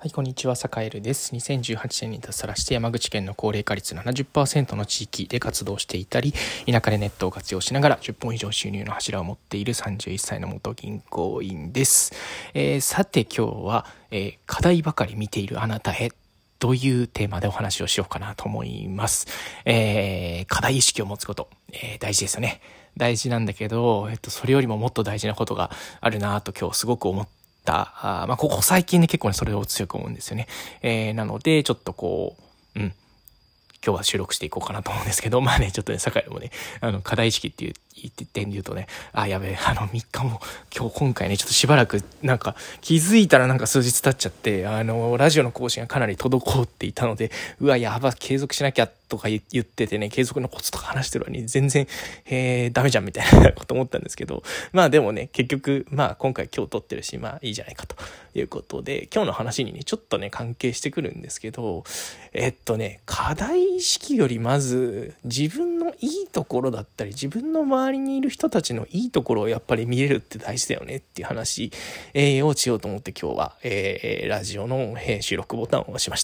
はい、こんにちは、坂エルです。2018年に脱サラして山口県の高齢化率 70% の地域で活動していたり、田舎でネットを活用しながら10本以上収入の柱を持っている31歳の元銀行員です。さて今日は、課題ばかり見ているあなたへというテーマでお話をしようかなと思います。課題意識を持つこと、大事ですよね。大事なんだけど、それよりももっと大事なことがあるなと今日すごく思ってここ最近ね結構ねそれを強く思うんですよね。なのでちょっと今日は収録していこうかなと思うんですけど、ちょっとね、酒井もね、課題意識っていう点で言うとね、やべえ、3日も、今回ね、ちょっとしばらく、気づいたら数日経っちゃって、ラジオの更新がかなり滞っていたので、やば、継続しなきゃとか言っててね、継続のコツとか話してるのに、全然、ダメじゃんみたいなこと思ったんですけど、でもね、結局、今回撮ってるし、いいじゃないかということで、今日の話にね、ちょっとね、関係してくるんですけど、課題意識よりまず自分のいいところだったり自分の周りにいる人たちのいいところをやっぱり見れるって大事だよねっていう話、をしようと思って今日は、ラジオの、収録ボタンを押しました。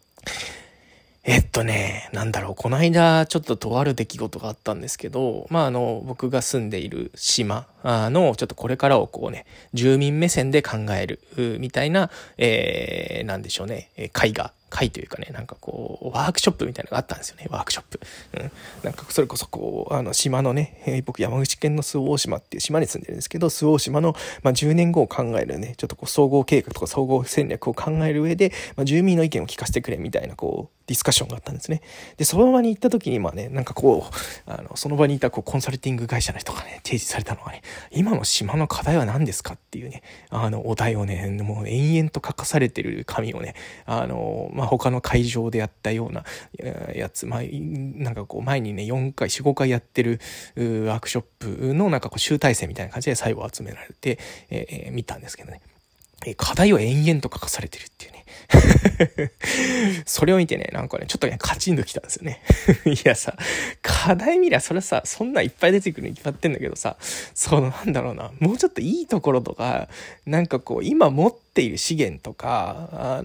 この間ちょっととある出来事があったんですけど、僕が住んでいる島のちょっとこれからを住民目線で考えるみたいな、なんでしょうね、会というかね、ワークショップみたいなのがあったんですよね、ワークショップ。それこそ島のね、僕山口県の周防大島っていう島に住んでるんですけど、周防大島の、10年後を考えるね、ちょっと総合計画とか総合戦略を考える上で、住民の意見を聞かせてくれみたいなディスカッションがあったんですね。で、その場に行った時にその場にいたコンサルティング会社の人がね、提示されたのはね、今の島の課題は何ですかっていうね、お題をね、もう延々と書かされてる紙をね、他の会場でやったようなやつ、前にね、4回、4、5回やってるワークショップの集大成みたいな感じで最後集められて、見たんですけどね。課題を延々と書かされてるっていうね。それを見てね、ちょっとね、カチンときたんですよね。いやさ、課題見りゃそれさ、そんないっぱい出てくるに決まってんだけどさ、もうちょっといいところとか、今持っている資源とか、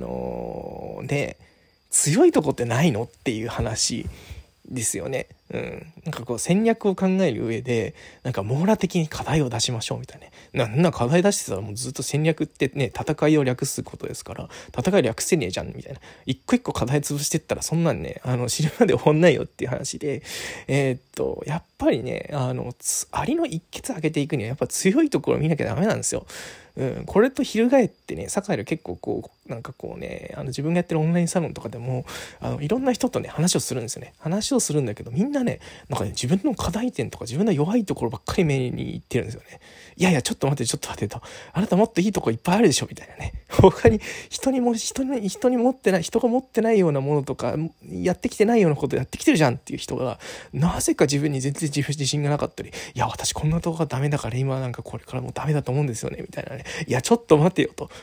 強いとこってないのっていう話ですよね。戦略を考える上で網羅的に課題を出しましょうみたいな課題出してたらもうずっと戦略ってね、戦いを略すことですから戦い略せねえじゃんみたいな、一個一個課題潰してったらそんなんね死ぬまで終わんないよっていう話で、やっぱりねアリの一穴上げていくにはやっぱ強いところを見なきゃダメなんですよ。これと翻ってね、酒井結構自分がやってるオンラインサロンとかでもいろんな人とね話をするんですよね。話をするんだけどみんなね自分の課題点とか自分の弱いところばっかり目にいってるんですよね。いやちょっと待ってと、あなたもっといいとこいっぱいあるでしょみたいなね。他に人が持ってないようなものとかやってきてないようなことやってきてるじゃんっていう人がなぜか自分に全然自信がなかったり、いや私こんなとこがダメだから今これからもうダメだと思うんですよねみたいなね。いやちょっと待てよと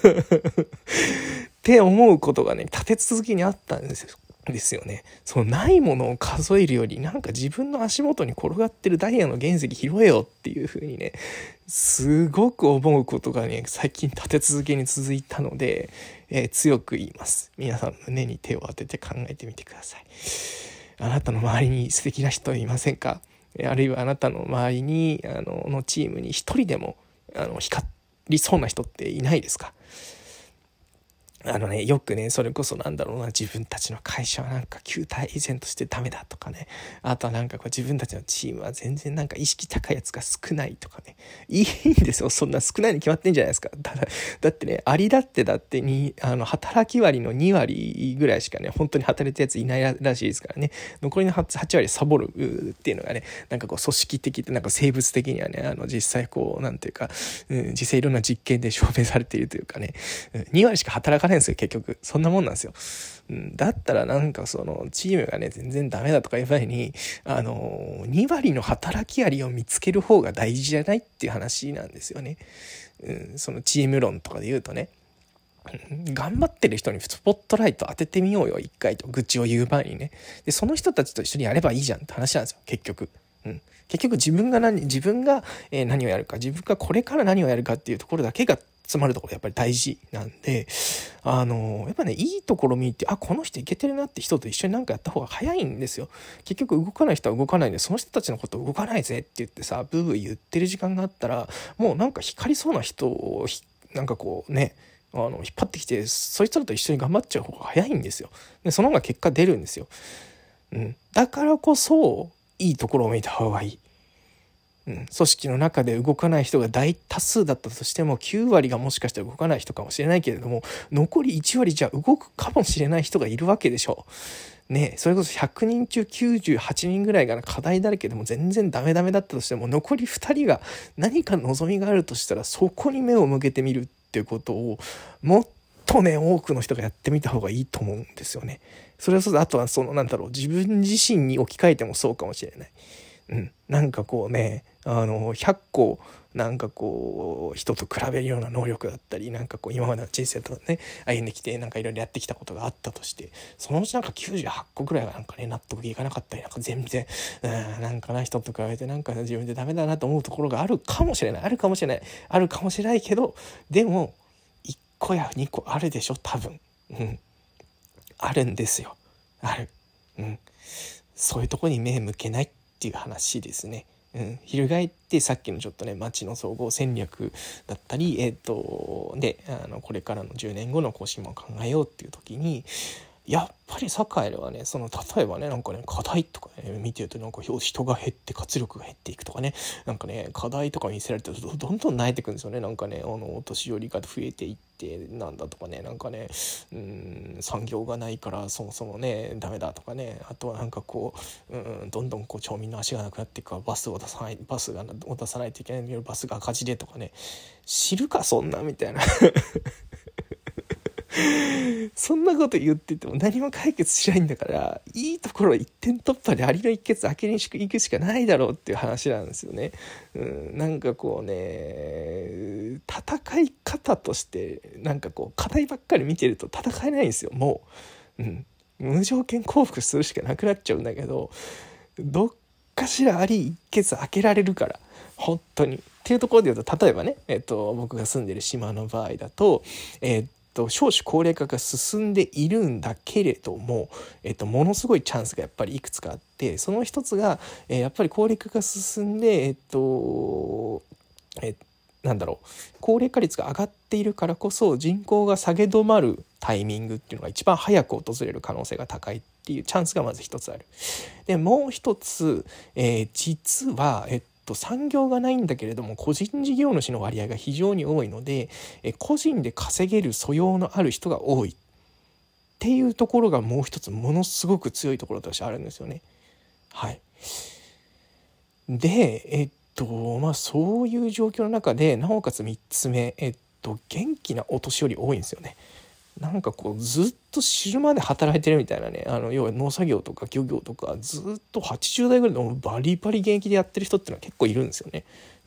って思うことがね立て続けにあったんですよね。そのないものを数えるより自分の足元に転がってるダイヤの原石拾えよっていう風にねすごく思うことがね最近立て続けに続いたので、強く言います。皆さん胸に手を当てて考えてみてください。あなたの周りに素敵な人いませんか？あるいはあなたの周りにのチームに一人でも光りそうな人っていないですか？よくね、それこそ自分たちの会社は旧態依然としてダメだとかね。あとは自分たちのチームは全然意識高いやつが少ないとかね。いいんですよ。そんな少ないに決まってんじゃないですか。だってね、アリだって働き割の2割ぐらいしかね、本当に働いたやついないらしいですからね。残りの8割サボるっていうのがね、組織的で生物的にはね、実際実際いろんな実験で証明されているというかね、2割しか働かないんですよ。結局そんなもんなんですよ。だったらそのチームがね全然ダメだとかいう場合に2割の働きありを見つける方が大事じゃないっていう話なんですよね。そのチーム論とかで言うとね、頑張ってる人にスポットライト当ててみようよ一回と愚痴を言う前にね。でその人たちと一緒にやればいいじゃんって話なんですよ結局。結局自分が何をやるか、自分がこれから何をやるかっていうところだけが集まるところやっぱり大事なんで、やっぱね、いいところ見て、この人いけてるなって人と一緒になんかやった方が早いんですよ。結局動かない人は動かないんで、その人たちのこと動かないぜって言ってさ、ブーブー言ってる時間があったら、もうなんか光りそうな人をなんかこうね、引っ張ってきて、そいつらと一緒に頑張っちゃう方が早いんですよ。でその方が結果出るんですよ。だからこそいいところを見た方がいい。組織の中で動かない人が大多数だったとしても、9割がもしかしたら動かない人かもしれないけれども、残り1割じゃ動くかもしれない人がいるわけでしょね。それこそ100人中98人ぐらいが課題だらけでも全然ダメだったとしても、残り2人が何か望みがあるとしたら、そこに目を向けてみるっていうことをもっとね、多くの人がやってみた方がいいと思うんですよね。それはそうだ。あとは自分自身に置き換えてもそうかもしれない。なんかこうね、100個なんかこう人と比べるような能力だったり、なんかこう今までの人生とかね歩んできて、なんかいろいろやってきたことがあったとして、そのうちなんか98個ぐらいはなんかね納得いかなかったり、なんか全然なんかな、人と比べてなんか自分でダメだなと思うところがあるかもしれないけど、でも1個や2個あるでしょ多分。あるんですよ。そういうとこに目向けないっていう話ですね。翻ってさっきのちょっとね、町の総合戦略だったり、でこれからの10年後の方針も考えようっていう時に、やっぱり栄はね、例えばね、なんかね課題とかね見てると、なんか人が減って活力が減っていくとかね、なんかね課題とか見せられてるとどんどん泣いてくるんですよね。なんかねお年寄りが増えていってなんだとかね、なんかね産業がないからそもそもねダメだとかね、あとはなんかこうどんどんこう町民の足がなくなっていくからバスを出さないといけないんだけど、バスが赤字でとかね、知るかそんなみたいなそんなこと言ってても何も解決しないんだから、いいところ一点突破でアリの一決明けに行くしかないだろうっていう話なんですよね。なんかこうね、戦い方としてなんかこう課題ばっかり見てると戦えないんですよ。もう、無条件降伏するしかなくなっちゃうんだけど、どっかしらアリ一決開けられるから本当にっていうところで言うと、例えばね、僕が住んでる島の場合だと、少子高齢化が進んでいるんだけれども、ものすごいチャンスがやっぱりいくつかあって、その一つが、やっぱり高齢化が進んで、高齢化率が上がっているからこそ、人口が下げ止まるタイミングっていうのが一番早く訪れる可能性が高いっていうチャンスがまず一つある。でもう一つ、実は産業がないんだけれども個人事業主の割合が非常に多いので、個人で稼げる素養のある人が多いっていうところがもう一つものすごく強いところとしてあるんですよね。でそういう状況の中で、なおかつ3つ目、元気なお年寄り多いんですよね。なんかこうずっと死ぬまで働いてるみたいなね、要は農作業とか漁業とかずっと80代ぐらいのバリバリ現役でやってる人っていうのは結構いるんですよね。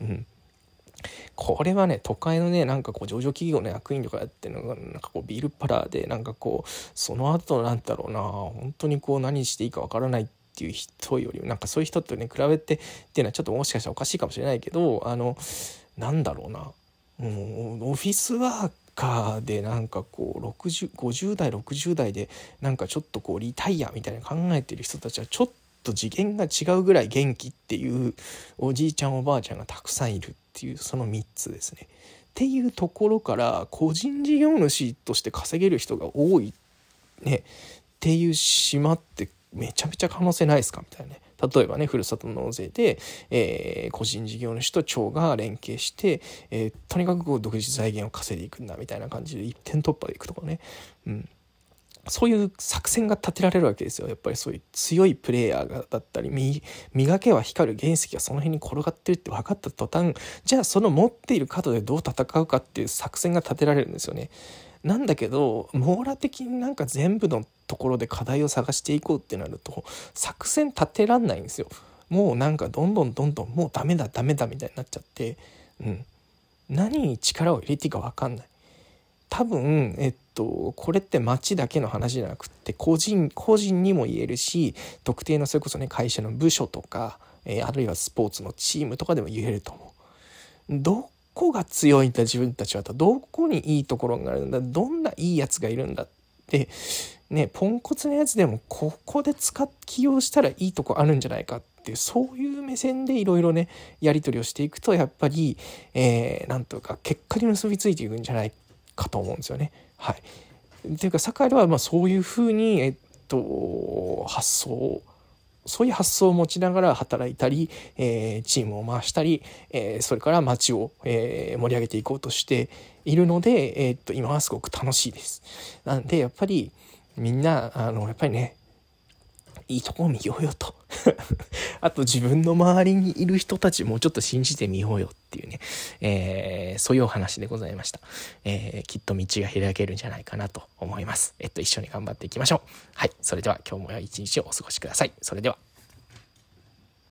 これはね、都会のねなんかこう上場企業の役員とかやってるのがなんかこうビールパラーで、なんかこうその後なんだろうな、本当にこう何していいかわからないっていう人より、なんかそういう人とね比べてっていうのはちょっともしかしたらおかしいかもしれないけど、なんだろうな、オフィスワーカーでなんかこう50代60代でなんかちょっとこうリタイアみたいな考えてる人たちはちょっと次元が違うぐらい元気っていうおじいちゃんおばあちゃんがたくさんいるっていう、その3つですね。っていうところから、個人事業主として稼げる人が多いねっていう島ってめちゃめちゃ可能性ないですかみたいなね。例えばね、ふるさと納税で、個人事業主と町が連携して、とにかくこう独自財源を稼いでいくんだみたいな感じで一点突破でいくとかね、そういう作戦が立てられるわけですよ。やっぱりそういう強いプレイヤーがだったり、磨けは光る原石がその辺に転がってるって分かった途端、じゃあその持っている角でどう戦うかっていう作戦が立てられるんですよね。なんだけど網羅的になんか全部のところで課題を探していこうってなると作戦立てらんないんですよ。もうなんかどんどんもうダメだみたいになっちゃって、何に力を入れていいか分かんない。多分これって町だけの話じゃなくって個人にも言えるし、特定のそれこそね会社の部署とか、あるいはスポーツのチームとかでも言えると思う。どっこが強いんだ自分たちはと、どこにいいところがあるんだ、どんないいやつがいるんだってね、ポンコツのやつでもここで起用したらいいとこあるんじゃないかっていう、そういう目線でいろいろねやり取りをしていくと、やっぱり、なんとか結果に結びついていくんじゃないかと思うんですよね。はい。っていうかサッカーではそういうふうに、そういう発想を持ちながら働いたり、チームを回したり、それから街を、盛り上げていこうとしているので、今はすごく楽しいです。なんでやっぱりみんなやっぱりね、いいとこを見ようよとあと自分の周りにいる人たちもちょっと信じてみようよっていうね、そういうお話でございました。きっと道が開けるんじゃないかなと思います。一緒に頑張っていきましょう。はい、それでは今日も一日をお過ごしください。それでは。